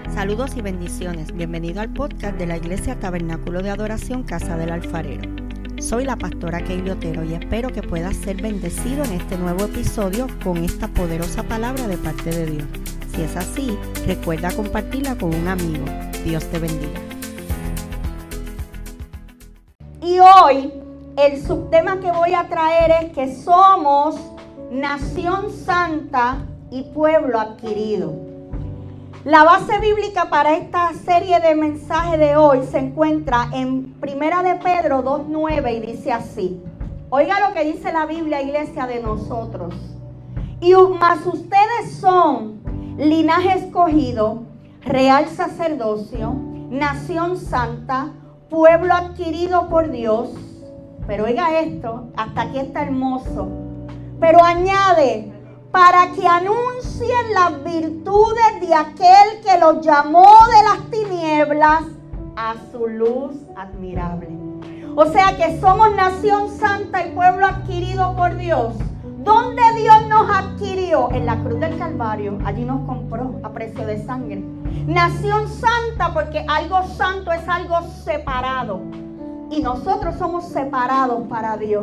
Saludos y bendiciones. Bienvenido al podcast de la Iglesia Tabernáculo de Adoración Casa del Alfarero. Soy la pastora Keili Otero y espero que puedas ser bendecido en este nuevo episodio con esta poderosa palabra de parte de Dios. Si es así, recuerda compartirla con un amigo. Dios te bendiga. Y hoy el subtema que voy a traer es que somos nación santa y pueblo adquirido. La base bíblica para esta serie de mensajes de hoy se encuentra en 1 de Pedro 2:9 y dice así. Oiga lo que dice la Biblia, iglesia, de nosotros. Y mas ustedes son linaje escogido, real sacerdocio, nación santa, pueblo adquirido por Dios. Pero oiga esto, hasta aquí está hermoso. Pero añade, para que anuncien las virtudes de aquel que los llamó de las tinieblas a su luz admirable. O sea que somos nación santa y pueblo adquirido por Dios. ¿Dónde Dios nos adquirió? En la cruz del Calvario. Allí nos compró a precio de sangre. Nación santa porque algo santo es algo separado. Y nosotros somos separados para Dios.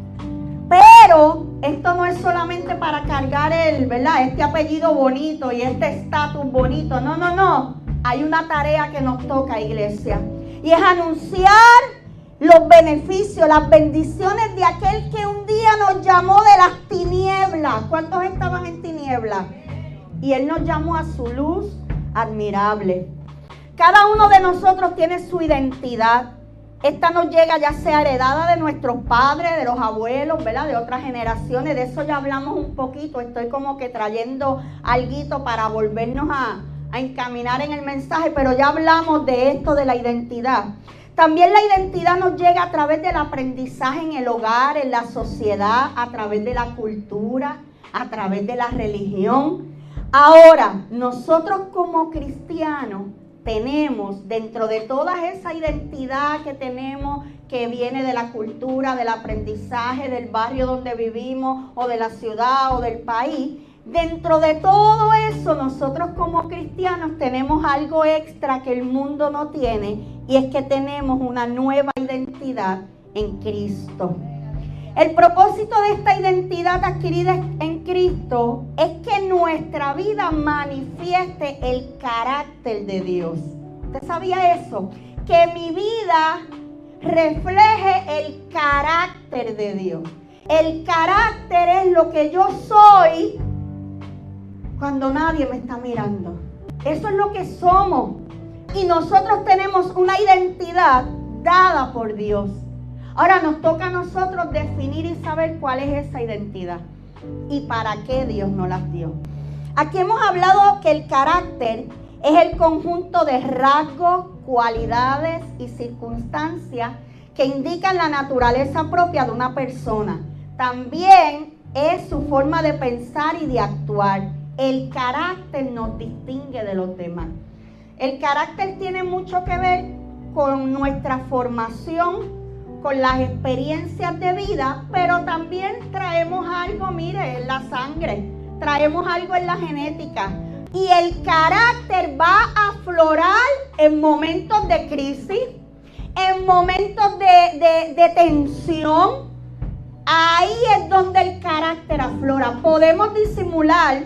Pero esto no es solamente para cargar este apellido bonito y este estatus bonito. No. Hay una tarea que nos toca, iglesia. Y es anunciar los beneficios, las bendiciones de aquel que un día nos llamó de las tinieblas. ¿Cuántos estaban en tinieblas? Y Él nos llamó a su luz admirable. Cada uno de nosotros tiene su identidad. Esta nos llega ya sea heredada de nuestros padres, de los abuelos, ¿verdad? De otras generaciones. De eso ya hablamos un poquito. Estoy como que trayendo alguito para volvernos a encaminar en el mensaje. Pero ya hablamos de esto, de la identidad. También la identidad nos llega a través del aprendizaje en el hogar, en la sociedad, a través de la cultura, a través de la religión. Ahora, nosotros como cristianos tenemos dentro de toda esa identidad que tenemos, que viene de la cultura, del aprendizaje, del barrio donde vivimos, o de la ciudad, o del país. Dentro de todo eso, nosotros como cristianos tenemos algo extra que el mundo no tiene, y es que tenemos una nueva identidad en Cristo. El propósito de esta identidad adquirida en Cristo es que nuestra vida manifieste el carácter de Dios. ¿Usted sabía eso? Que mi vida refleje el carácter de Dios. El carácter es lo que yo soy cuando nadie me está mirando. Eso es lo que somos. Y nosotros tenemos una identidad dada por Dios. Ahora nos toca a nosotros definir y saber cuál es esa identidad y para qué Dios nos las dio. Aquí hemos hablado que el carácter es el conjunto de rasgos, cualidades y circunstancias que indican la naturaleza propia de una persona. También es su forma de pensar y de actuar. El carácter nos distingue de los demás. El carácter tiene mucho que ver con nuestra formación, con las experiencias de vida, pero también traemos algo, mire, en la sangre, traemos algo en la genética. Y el carácter va a aflorar en momentos de crisis, en momentos de tensión. Ahí es donde el carácter aflora. Podemos disimular,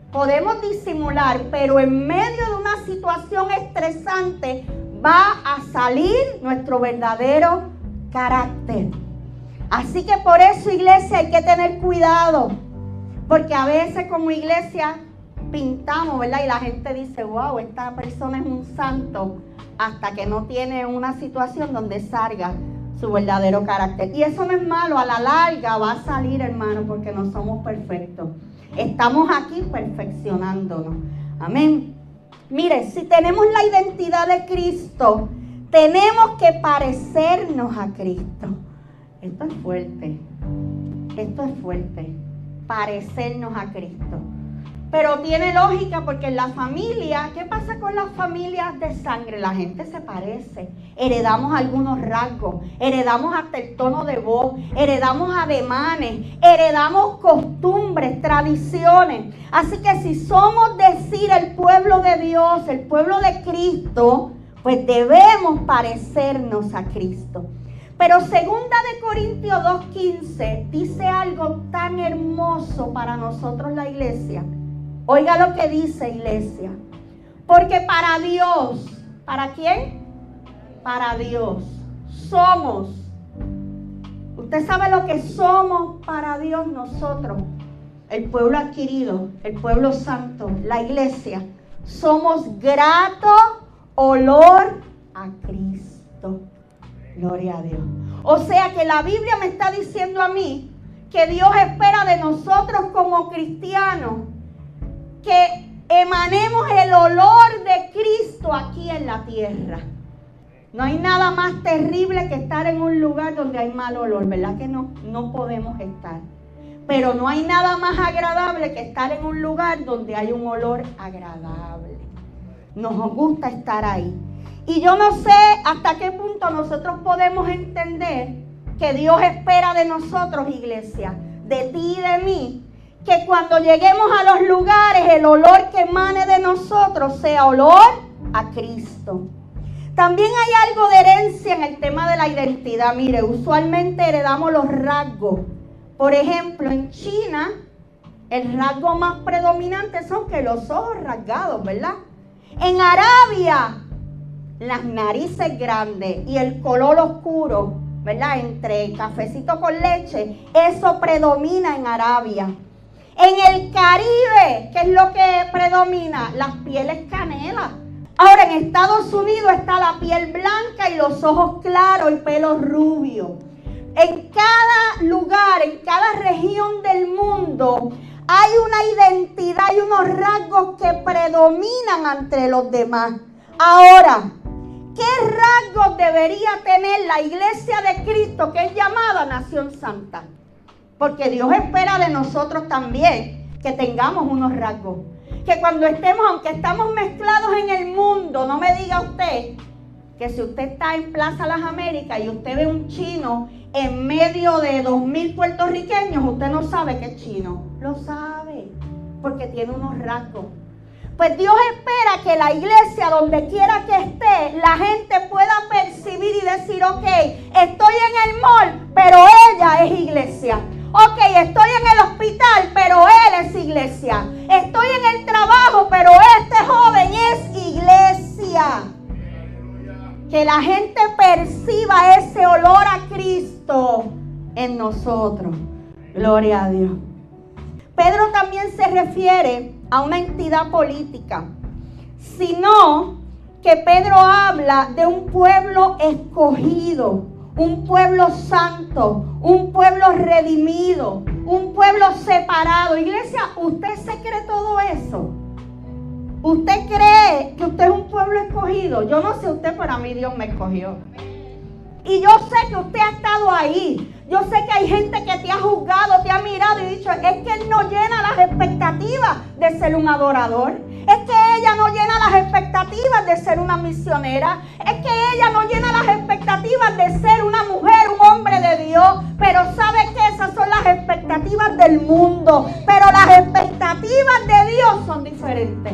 pero en medio de una situación estresante va a salir nuestro verdadero carácter. Así que por eso, iglesia, hay que tener cuidado, porque a veces como iglesia pintamos, ¿verdad? Y la gente dice, wow, esta persona es un santo, hasta que no tiene una situación donde salga su verdadero carácter. Y eso no es malo, a la larga va a salir, hermano, porque no somos perfectos. Estamos aquí perfeccionándonos. Amén. Mire, si tenemos la identidad de Cristo, tenemos que parecernos a Cristo. Esto es fuerte. Parecernos a Cristo. Pero tiene lógica porque en la familia, ¿qué pasa con las familias de sangre? La gente se parece, heredamos algunos rasgos, heredamos hasta el tono de voz, heredamos ademanes, heredamos costumbres, tradiciones. Así que si somos decir el pueblo de Dios, el pueblo de Cristo, pues debemos parecernos a Cristo. Pero 2 Corintios 2:15 dice algo tan hermoso para nosotros la iglesia. Oiga lo que dice, iglesia. Porque para Dios, ¿para quién? Para Dios. Somos. Usted sabe lo que somos para Dios nosotros. El pueblo adquirido, el pueblo santo, la iglesia. Somos grato olor a Cristo. Gloria a Dios. O sea que la Biblia me está diciendo a mí que Dios espera de nosotros como cristianos que emanemos el olor de Cristo aquí en la tierra. No hay nada más terrible que estar en un lugar donde hay mal olor, ¿verdad que no? No podemos estar. Pero no hay nada más agradable que estar en un lugar donde hay un olor agradable. Nos gusta estar ahí. Y yo no sé hasta qué punto nosotros podemos entender que Dios espera de nosotros, iglesia, de ti y de mí, que cuando lleguemos a los lugares, el olor que emane de nosotros sea olor a Cristo. También hay algo de herencia en el tema de la identidad. Mire, usualmente heredamos los rasgos. Por ejemplo, en China, el rasgo más predominante son que los ojos rasgados, ¿verdad? En Arabia, las narices grandes y el color oscuro, ¿verdad? Entre cafecito con leche, eso predomina en Arabia. En el Caribe, ¿qué es lo que predomina? Las pieles canelas. Ahora, en Estados Unidos está la piel blanca y los ojos claros y pelo rubio. En cada lugar, en cada región del mundo, hay una identidad y unos rasgos que predominan entre los demás. Ahora, ¿qué rasgos debería tener la iglesia de Cristo que es llamada Nación Santa? Porque Dios espera de nosotros también que tengamos unos rasgos. Que cuando estemos, aunque estamos mezclados en el mundo, no me diga usted que si usted está en Plaza Las Américas y usted ve un chino en medio de 2,000 puertorriqueños, usted no sabe que es chino. Lo sabe, porque tiene unos rasgos. Pues Dios espera que la iglesia, donde quiera que esté, la gente pueda percibir y decir, ok, estoy en el mall, pero ella es iglesia. Ok, estoy en el hospital, pero él es iglesia. Estoy en el trabajo, pero este joven es iglesia. Que la gente perciba ese olor a Cristo en nosotros. Gloria a Dios. Pedro también se refiere a una entidad política, sino que Pedro habla de un pueblo escogido, un pueblo santo, un pueblo redimido, un pueblo separado. Iglesia, ¿usted se cree todo eso? ¿Usted cree que usted es un pueblo escogido? Yo no sé usted, pero a mí Dios me escogió. Y yo sé que usted ha estado ahí. Yo sé que hay gente que te ha juzgado, te ha mirado y dicho, es que él no llena las expectativas de ser un adorador. Es que ella no llena las expectativas de ser una misionera. Es que ella no llena las expectativas de ser una mujer, un hombre de Dios. Pero sabe que esas son las expectativas del mundo. Pero las expectativas de Dios son diferentes.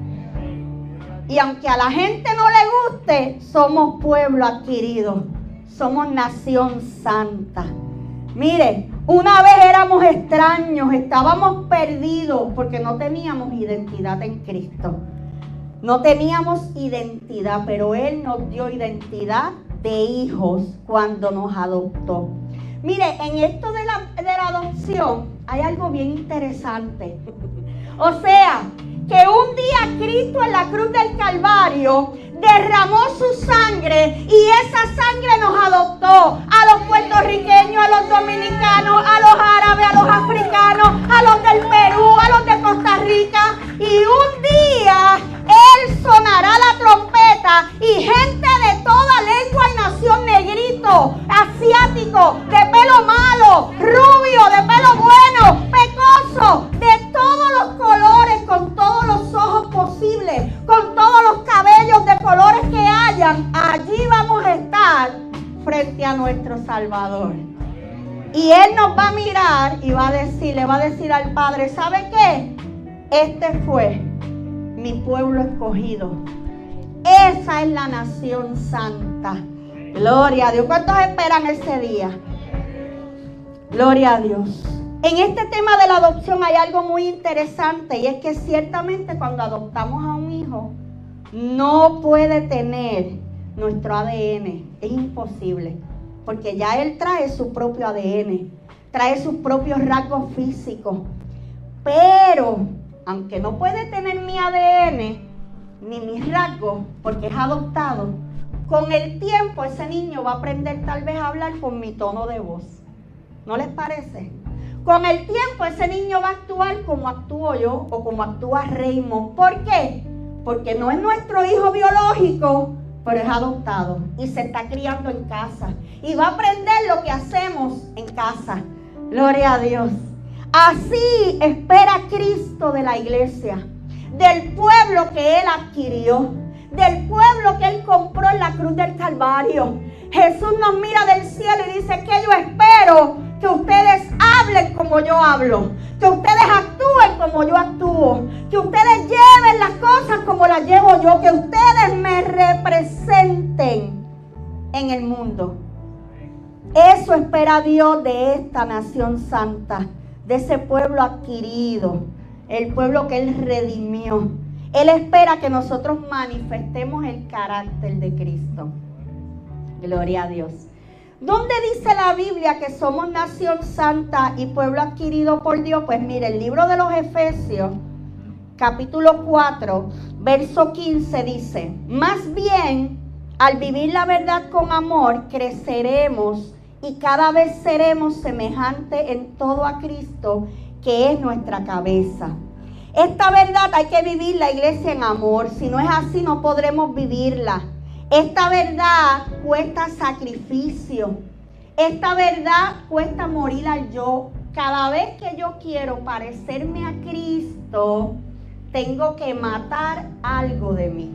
Y aunque a la gente no le guste, somos pueblo adquirido. Somos nación santa. Mire, una vez éramos extraños, estábamos perdidos porque no teníamos identidad en Cristo. No teníamos identidad, pero Él nos dio identidad de hijos cuando nos adoptó. Mire, en esto de la adopción hay algo bien interesante. O sea, que un día Cristo en la cruz del Calvario derramó su sangre y esa sangre nos adoptó a los puertorriqueños, a los dominicanos, a los árabes, a los africanos, a los del Perú, a los de Costa Rica. Y un día Él sonará la trompeta y gente de toda lengua y nación, negrito, asiático, de pelo malo, rubio, de pelo bueno, pecoso, de todos los colores, frente a nuestro Salvador. Y Él nos va a mirar y le va a decir al Padre, ¿sabe qué? Este fue mi pueblo escogido. Esa es la nación santa. Gloria a Dios. ¿Cuántos esperan ese día? Gloria a Dios. En este tema de la adopción hay algo muy interesante, y es que ciertamente cuando adoptamos a un hijo no puede tener nuestro ADN. Es imposible, porque ya él trae su propio ADN, trae sus propios rasgos físicos. Pero aunque no puede tener mi ADN ni mis rasgos, porque es adoptado, con el tiempo ese niño va a aprender tal vez a hablar con mi tono de voz. ¿No les parece? Con el tiempo ese niño va a actuar como actúo yo o como actúa Raymond. ¿Por qué? Porque no es nuestro hijo biológico, pero es adoptado y se está criando en casa. Y va a aprender lo que hacemos en casa. Gloria a Dios. Así espera Cristo de la iglesia, del pueblo que Él adquirió, del pueblo que Él compró en la cruz del Calvario. Jesús nos mira del cielo y dice que yo espero que ustedes hablen como yo hablo, que ustedes actúen como yo actúo, que ustedes lleven las cosas como las llevo yo, que ustedes me representen en el mundo. Eso espera Dios de esta nación santa, de ese pueblo adquirido, el pueblo que Él redimió. Él espera que nosotros manifestemos el carácter de Cristo. Gloria a Dios. ¿Dónde dice la Biblia que somos nación santa y pueblo adquirido por Dios? Pues mire, el libro de los Efesios, capítulo 4, verso 15 dice: más bien, al vivir la verdad con amor, creceremos y cada vez seremos semejantes en todo a Cristo, que es nuestra cabeza. Esta verdad hay que vivir la iglesia en amor. Si no es así, no podremos vivirla. Esta verdad cuesta sacrificio. Esta verdad cuesta morir al yo. Cada vez que yo quiero parecerme a Cristo, tengo que matar algo de mí.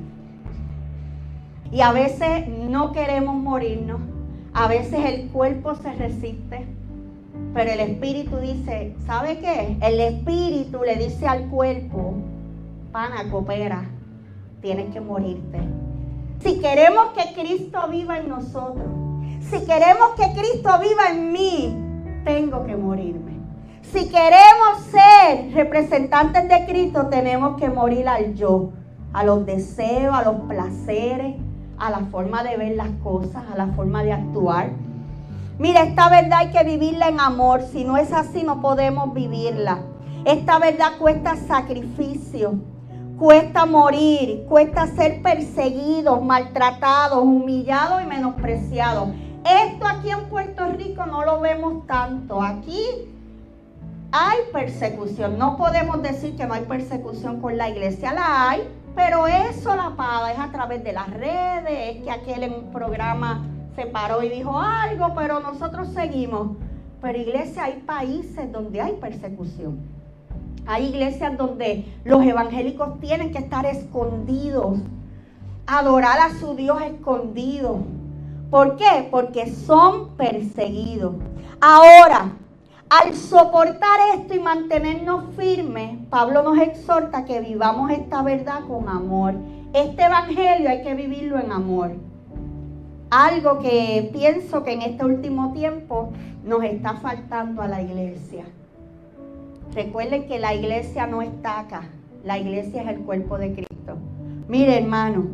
Y a veces no queremos morirnos. A veces el cuerpo se resiste. Pero el espíritu dice, ¿sabe qué? El espíritu le dice al cuerpo, pana, coopera, tienes que morirte. Si queremos que Cristo viva en nosotros, si queremos que Cristo viva en mí, tengo que morirme. Si queremos ser representantes de Cristo, tenemos que morir al yo, a los deseos, a los placeres, a la forma de ver las cosas, a la forma de actuar. Mira, esta verdad hay que vivirla en amor. Si no es así, no podemos vivirla. Esta verdad cuesta sacrificio, cuesta morir, cuesta ser perseguidos, maltratados, humillados y menospreciados. Esto aquí en Puerto Rico no lo vemos tanto. Aquí hay persecución. No podemos decir que no hay persecución con la iglesia. La hay, pero es solapada, es a través de las redes. Es que aquel en un programa se paró y dijo algo, pero nosotros seguimos. Pero iglesia, hay países donde hay persecución. Hay iglesias donde los evangélicos tienen que estar escondidos, adorar a su Dios escondido. ¿Por qué? Porque son perseguidos. Ahora, al soportar esto y mantenernos firmes, Pablo nos exhorta que vivamos esta verdad con amor. Este evangelio hay que vivirlo en amor. Algo que pienso que en este último tiempo nos está faltando a la iglesia. Recuerden que la iglesia no está acá. La iglesia es el cuerpo de Cristo. Mire, hermano,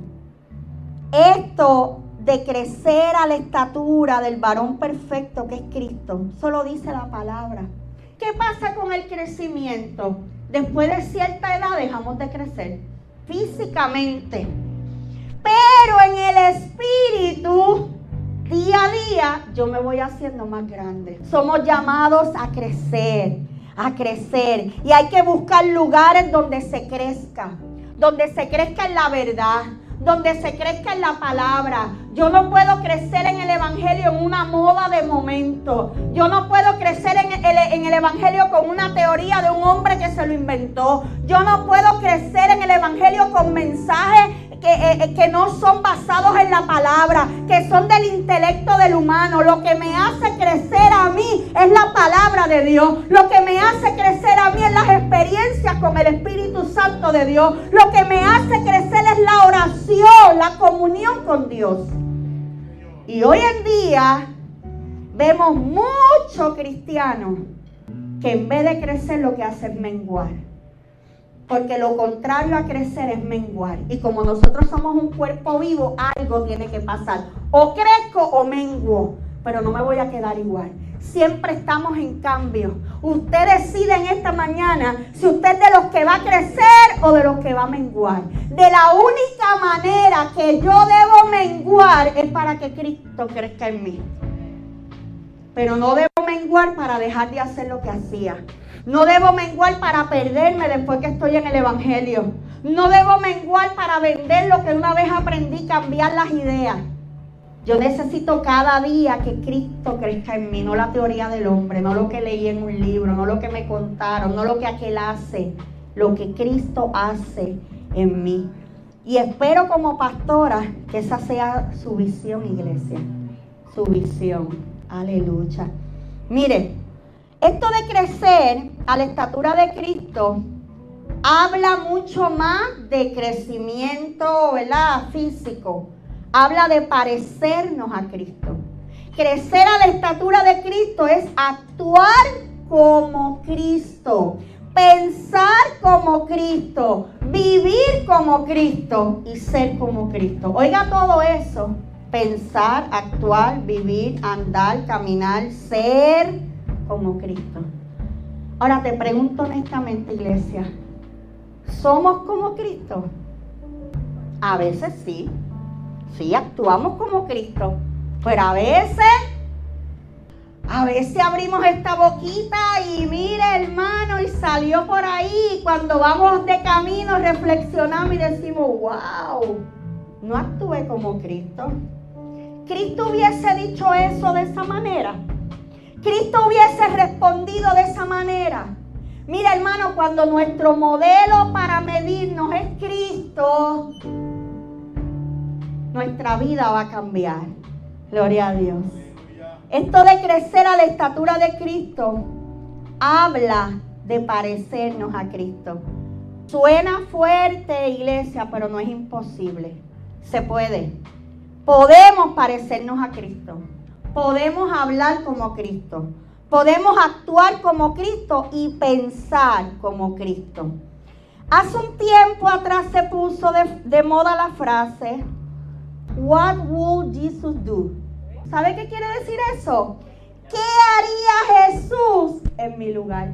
esto de crecer a la estatura del varón perfecto que es Cristo, solo dice la palabra. ¿Qué pasa con el crecimiento? Después de cierta edad dejamos de crecer físicamente. Pero en el espíritu, día a día, yo me voy haciendo más grande. Somos llamados a crecer, a crecer. Y hay que buscar lugares donde se crezca en la verdad, donde se crezca en la palabra. Yo no puedo crecer en el evangelio en una moda de momento. Yo no puedo crecer en el evangelio con una teoría de un hombre que se lo inventó. Yo no puedo crecer en el evangelio con mensajes que no son basados en la palabra, que son del intelecto del humano. Lo que me hace crecer a mí es la palabra de Dios. Lo que me hace crecer a mí es las experiencias con el Espíritu Santo de Dios. Lo que me hace crecer es la oración, la comunión con Dios. Y hoy en día vemos muchos cristianos que en vez de crecer lo que hacen es menguar. Porque lo contrario a crecer es menguar. Y como nosotros somos un cuerpo vivo, algo tiene que pasar. O crezco o menguo. Pero no me voy a quedar igual. Siempre estamos en cambio. Usted decide en esta mañana si usted es de los que va a crecer o de los que va a menguar. De la única manera que yo debo menguar es para que Cristo crezca en mí. Pero no debo menguar para dejar de hacer lo que hacía. No debo menguar para perderme después que estoy en el Evangelio. No debo menguar para vender lo que una vez aprendí, cambiar las ideas. Yo necesito cada día que Cristo crezca en mí, no la teoría del hombre, no lo que leí en un libro, no lo que me contaron, no lo que aquel hace, lo que Cristo hace en mí. Y espero como pastora que esa sea su visión, iglesia. Su visión. Aleluya. Mire, esto de crecer a la estatura de Cristo habla mucho más de crecimiento, ¿verdad?, físico. Habla de parecernos a Cristo. Crecer a la estatura de Cristo es actuar como Cristo, pensar como Cristo, vivir como Cristo y ser como Cristo. Oiga todo eso. Pensar, actuar, vivir, andar, caminar, ser como Cristo. Ahora te pregunto honestamente, iglesia, ¿somos como Cristo? A veces sí. Sí, actuamos como Cristo. Pero a veces abrimos esta boquita y mire, hermano, y salió por ahí. Cuando vamos de camino reflexionamos y decimos, wow, no actué como Cristo. Cristo hubiese dicho eso de esa manera. Cristo hubiese respondido de esa manera. Mira, hermano, cuando nuestro modelo para medirnos es Cristo, nuestra vida va a cambiar. Gloria a Dios. Esto de crecer a la estatura de Cristo habla de parecernos a Cristo. Suena fuerte, iglesia, pero no es imposible. Se puede. Podemos parecernos a Cristo. Podemos hablar como Cristo. Podemos actuar como Cristo y pensar como Cristo. Hace un tiempo atrás se puso de moda la frase, What would Jesus do? ¿Sabe qué quiere decir eso? ¿Qué haría Jesús en mi lugar?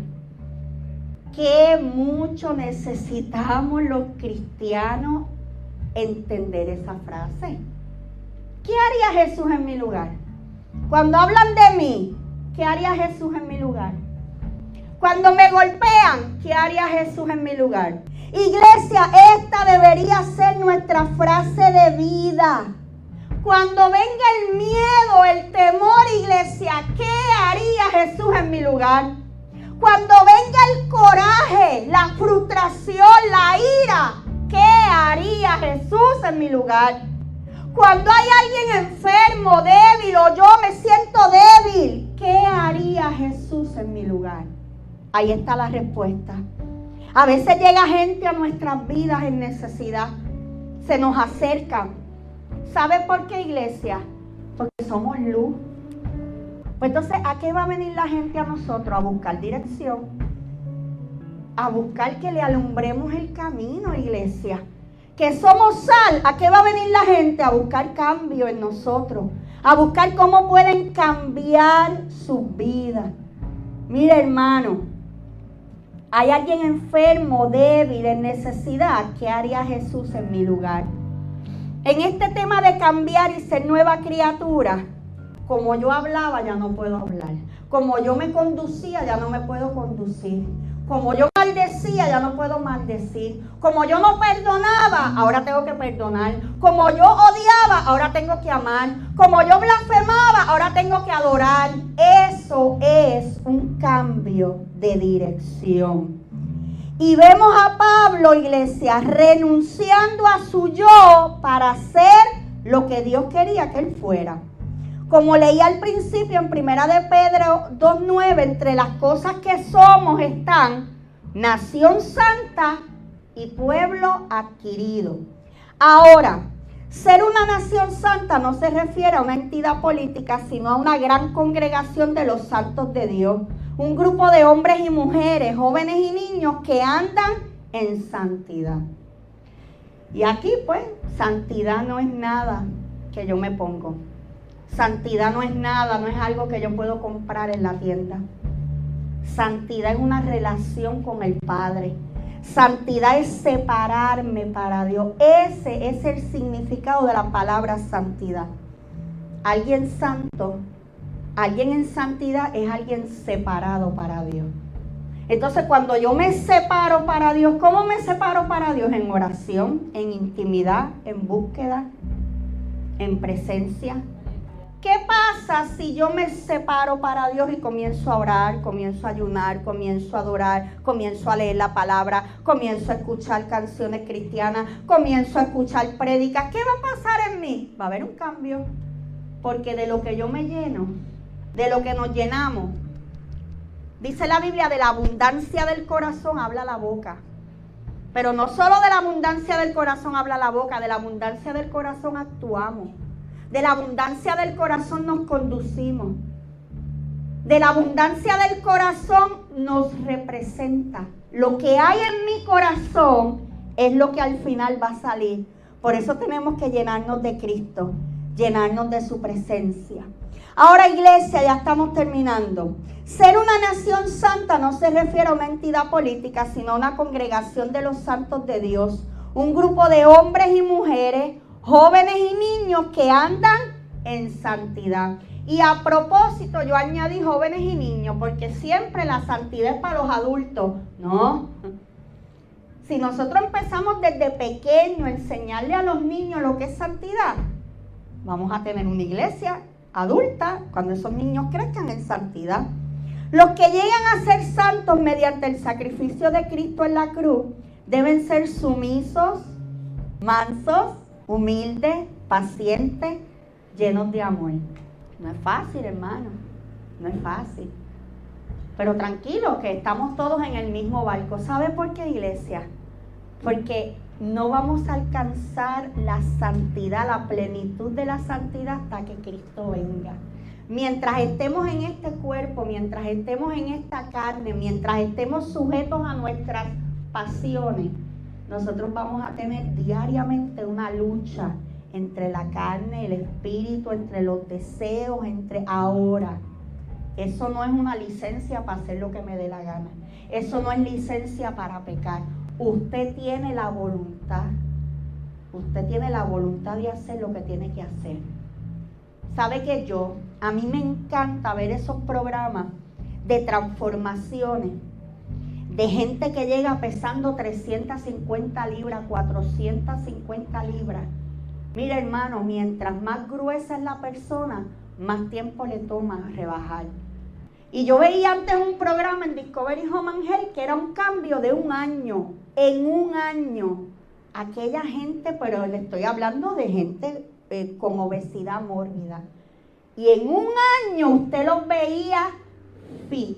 Qué mucho necesitamos los cristianos entender esa frase. ¿Qué haría Jesús en mi lugar? Cuando hablan de mí, ¿qué haría Jesús en mi lugar? Cuando me golpean, ¿qué haría Jesús en mi lugar? Iglesia, esta debería ser nuestra frase de vida. Cuando venga el miedo, el temor, iglesia, ¿qué haría Jesús en mi lugar? Cuando venga el coraje, la frustración, la ira, ¿qué haría Jesús en mi lugar? Cuando hay alguien enfermo, débil o yo me siento débil, ¿qué haría Jesús en mi lugar? Ahí está la respuesta. A veces llega gente a nuestras vidas en necesidad. Se nos acercan. ¿Sabe por qué, iglesia? Porque somos luz. Pues entonces, ¿a qué va a venir la gente a nosotros? A buscar dirección. A buscar que le alumbremos el camino, iglesia. Que somos sal. ¿A qué va a venir la gente? A buscar cambio en nosotros. A buscar cómo pueden cambiar sus vidas. Mire, hermano, hay alguien enfermo, débil, en necesidad. ¿Qué haría Jesús en mi lugar? En este tema de cambiar y ser nueva criatura, como yo hablaba, ya no puedo hablar. Como yo me conducía, ya no me puedo conducir. Como yo maldecía, ya no puedo maldecir. Como yo no perdonaba, ahora tengo que perdonar. Como yo odiaba, ahora tengo que amar. Como yo blasfemaba, ahora tengo que adorar. Eso es un cambio de dirección. Y vemos a Pablo, iglesia, renunciando a su yo para ser lo que Dios quería que él fuera. Como leí al principio en 1 de Pedro 2:9, entre las cosas que somos están nación santa y pueblo adquirido. Ahora, ser una nación santa no se refiere a una entidad política, sino a una gran congregación de los santos de Dios. Un grupo de hombres y mujeres, jóvenes y niños que andan en santidad. Y aquí pues, santidad no es nada que yo me pongo. Santidad no es nada, no es algo que yo puedo comprar en la tienda. Santidad es una relación con el Padre. Santidad es separarme para Dios. Ese es el significado de la palabra santidad. Alguien santo, alguien en santidad es alguien separado para Dios. Entonces, cuando yo me separo para Dios, ¿cómo me separo para Dios? En oración, en intimidad, en búsqueda, en presencia. ¿Qué pasa si yo me separo para Dios y comienzo a orar, comienzo a ayunar, comienzo a adorar, comienzo a leer la palabra, comienzo a escuchar canciones cristianas, comienzo a escuchar prédicas? ¿Qué va a pasar en mí? Va a haber un cambio, porque de lo que yo me lleno, de lo que nos llenamos, dice la Biblia, de la abundancia del corazón habla la boca. Pero no solo de la abundancia del corazón habla la boca, de la abundancia del corazón actuamos. De la abundancia del corazón nos conducimos. De la abundancia del corazón nos representa. Lo que hay en mi corazón es lo que al final va a salir. Por eso tenemos que llenarnos de Cristo, llenarnos de su presencia. Ahora, iglesia, ya estamos terminando. Ser una nación santa no se refiere a una entidad política, sino a una congregación de los santos de Dios. Un grupo de hombres y mujeres, jóvenes y niños que andan en santidad. Y a propósito, yo añadí jóvenes y niños, porque siempre la santidad es para los adultos. No. Si nosotros empezamos desde pequeño a enseñarle a los niños lo que es santidad, vamos a tener una iglesia adulta cuando esos niños crezcan en santidad. Los que llegan a ser santos mediante el sacrificio de Cristo en la cruz deben ser sumisos, mansos, humildes, pacientes, llenos de amor. No es fácil, hermano, no es fácil. Pero tranquilo, que estamos todos en el mismo barco. ¿Sabe por qué, iglesia? Porque no vamos a alcanzar la santidad, la plenitud de la santidad hasta que Cristo venga. Mientras estemos en este cuerpo, mientras estemos en esta carne, mientras estemos sujetos a nuestras pasiones, nosotros vamos a tener diariamente una lucha entre la carne, el espíritu, entre los deseos, entre ahora. Eso no es una licencia para hacer lo que me dé la gana. Eso no es licencia para pecar. Usted tiene la voluntad. Usted tiene la voluntad de hacer lo que tiene que hacer. ¿Sabe que a mí me encanta ver esos programas de transformaciones, de gente que llega pesando 350 libras, 450 libras. Mira, hermano, mientras más gruesa es la persona, más tiempo le toma rebajar. Y yo veía antes un programa en Discovery Home and Health que era un cambio de un año. En un año, aquella gente, pero le estoy hablando de gente con obesidad mórbida. Y en un año usted los veía fit.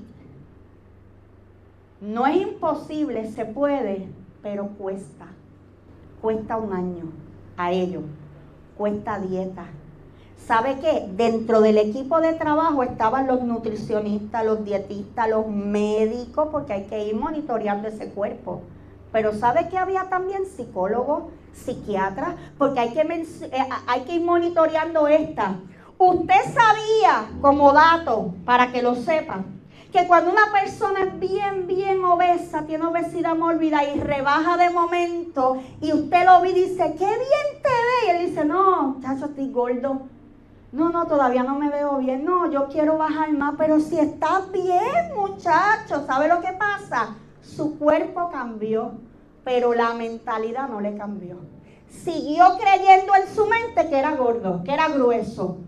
No es imposible, se puede, pero cuesta. Cuesta un año a ellos. Cuesta dieta. ¿Sabe qué? Dentro del equipo de trabajo estaban los nutricionistas, los dietistas, los médicos, porque hay que ir monitoreando ese cuerpo. Pero ¿sabe que había también psicólogos, psiquiatras? Porque hay que ir monitoreando esta. Usted sabía, como dato, para que lo sepan, que cuando una persona es bien obesa, tiene obesidad mórbida y rebaja de momento, y usted lo ve y dice, ¡qué bien te ve! Y él dice, no, chacho, estoy gordo. No, todavía no me veo bien. No, yo quiero bajar más, pero si estás bien, muchacho, ¿sabe lo que pasa? Su cuerpo cambió, pero la mentalidad no le cambió. Siguió creyendo en su mente que era gordo, que era grueso.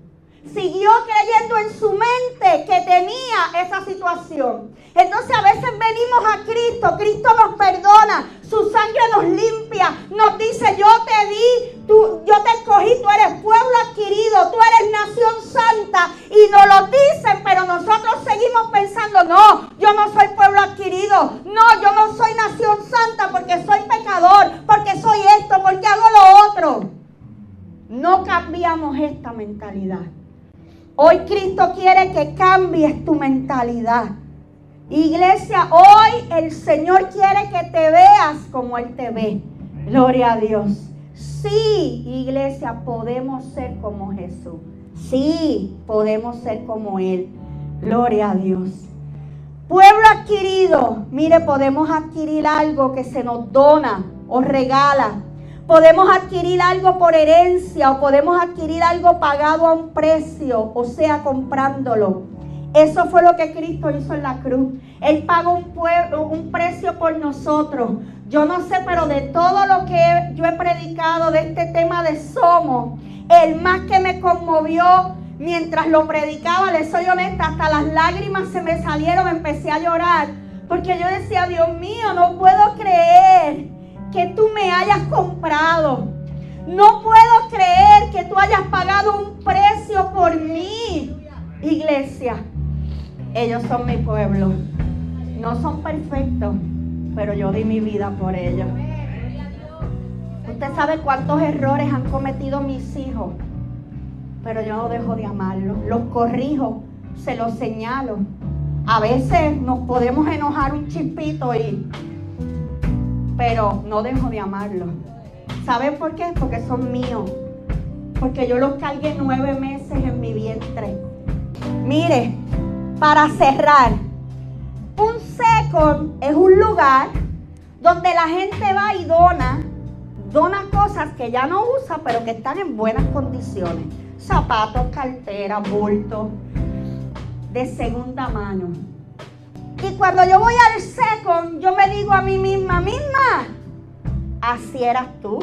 siguió creyendo en su mente que tenía esa situación. Entonces a veces venimos a Cristo, Cristo nos perdona, su sangre nos limpia, nos dice: yo te di, yo te escogí, tú eres pueblo adquirido, tú eres nación santa, y nos lo dicen, pero nosotros seguimos pensando: no, yo no soy pueblo adquirido, no, yo no soy nación santa porque soy pecador, porque soy esto, porque hago lo otro. No cambiamos esta mentalidad. Hoy Cristo quiere que cambies tu mentalidad. Iglesia, hoy el Señor quiere que te veas como Él te ve. Gloria a Dios. Sí, iglesia, podemos ser como Jesús. Sí, podemos ser como Él. Gloria a Dios. Pueblo adquirido. Mire, podemos adquirir algo que se nos dona o regala. Podemos adquirir algo por herencia o podemos adquirir algo pagado a un precio, o sea, comprándolo. Eso fue lo que Cristo hizo en la cruz. Él pagó un precio por nosotros. Yo no sé, pero de todo lo que yo he predicado de este tema de somos, el más que me conmovió mientras lo predicaba, les soy honesta, hasta las lágrimas se me salieron, empecé a llorar, porque yo decía: Dios mío, no puedo creer que tú me hayas comprado. No puedo creer que tú hayas pagado un precio por mí. Iglesia, ellos son mi pueblo. No son perfectos, pero yo di mi vida por ellos. Usted sabe cuántos errores han cometido mis hijos, pero yo no dejo de amarlos. Los corrijo, se los señalo. A veces nos podemos enojar un chispito, pero no dejo de amarlos. ¿Saben por qué? Porque son míos. Porque yo los cargué 9 meses en mi vientre. Mire, para cerrar, un second es un lugar donde la gente va y dona cosas que ya no usa, pero que están en buenas condiciones. Zapatos, carteras, bultos de segunda mano. Y cuando yo voy al second, yo me digo a mí misma, así eras tú.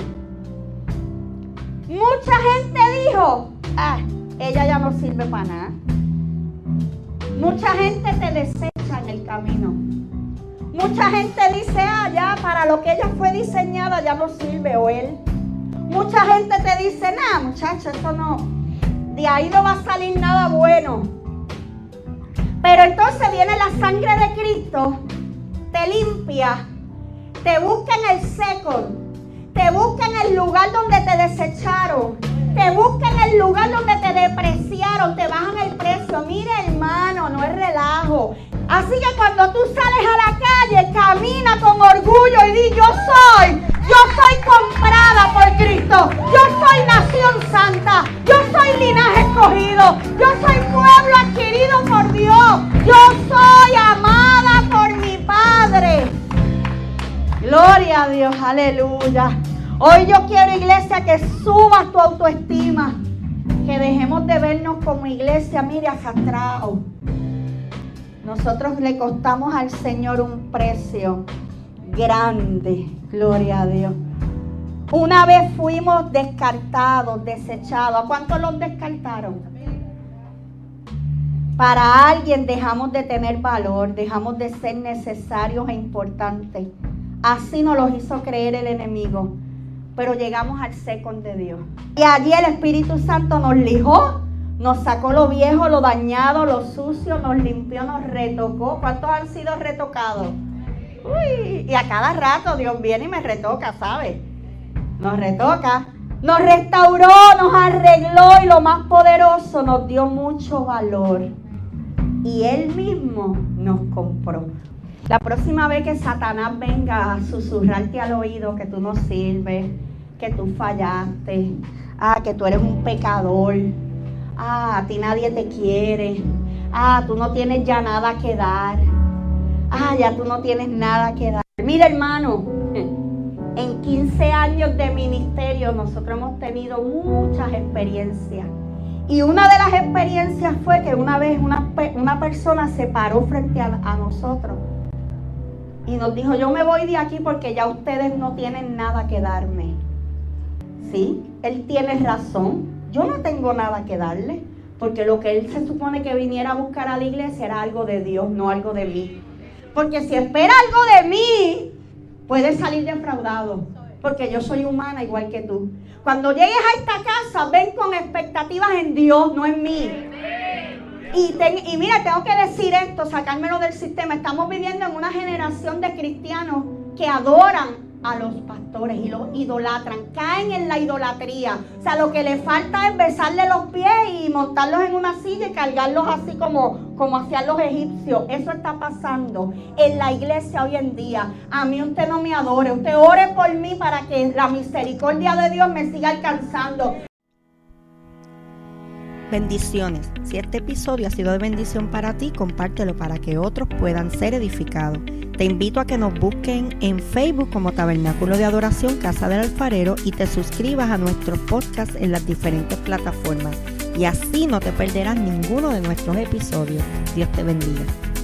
Mucha gente dijo: ella ya no sirve para nada. Mucha gente te desecha en el camino. Mucha gente dice: ya para lo que ella fue diseñada ya no sirve, o él. Mucha gente te dice: muchacho, eso no, de ahí no va a salir nada bueno. Pero entonces viene la sangre de Cristo, te limpia, te busca en el second, te busca en el lugar donde te desecharon, te busca en el lugar donde te depreciaron, te bajan el precio. Mire, hermano, no es relajo. Así que cuando tú sales a la calle, camina con orgullo y di: yo soy comprada por Cristo, yo soy nación santa, yo soy linaje escogido, yo soy pueblo adquirido por Dios, yo soy amada por mi Padre. Gloria a Dios, aleluya. Hoy yo quiero, iglesia, que subas tu autoestima, que dejemos de vernos como iglesia, mire, arrastrados. Nosotros le costamos al Señor un precio grande, gloria a Dios. Una vez fuimos descartados, desechados. ¿A cuántos los descartaron? Para alguien dejamos de tener valor, dejamos de ser necesarios e importantes. Así nos los hizo creer el enemigo. Pero llegamos al second de Dios. Y allí el Espíritu Santo nos lijó, nos sacó lo viejo, lo dañado, lo sucio, nos limpió, nos retocó. ¿Cuántos han sido retocados? Uy, y a cada rato Dios viene y me retoca, ¿sabes? Nos retoca, nos restauró, nos arregló y lo más poderoso, nos dio mucho valor. Y Él mismo nos compró. La próxima vez que Satanás venga a susurrarte al oído que tú no sirves, que tú fallaste, que tú eres un pecador, a ti nadie te quiere, tú no tienes ya nada que dar, ya tú no tienes nada que dar. Mira, hermano, en 15 años de ministerio nosotros hemos tenido muchas experiencias. Y una de las experiencias fue que una vez una persona se paró frente a nosotros y nos dijo: yo me voy de aquí porque ya ustedes no tienen nada que darme. Sí, él tiene razón. Yo no tengo nada que darle. Porque lo que él se supone que viniera a buscar a la iglesia era algo de Dios, no algo de mí. Porque si espera algo de mí, puede salir defraudado. Porque yo soy humana igual que tú. Cuando llegues a esta casa, ven con expectativas en Dios, no en mí. Y mira, tengo que decir esto, sacármelo del sistema. Estamos viviendo en una generación de cristianos que adoran a los pastores y los idolatran, caen en la idolatría. O sea, lo que le falta es besarle los pies y montarlos en una silla y cargarlos así como hacían los egipcios. Eso está pasando en la iglesia hoy en día. A mí usted no me adore, usted ore por mí para que la misericordia de Dios me siga alcanzando. Bendiciones. Si este episodio ha sido de bendición para ti, compártelo para que otros puedan ser edificados. Te invito a que nos busquen en Facebook como Tabernáculo de Adoración Casa del Alfarero y te suscribas a nuestros podcasts en las diferentes plataformas. Y así no te perderás ninguno de nuestros episodios. Dios te bendiga.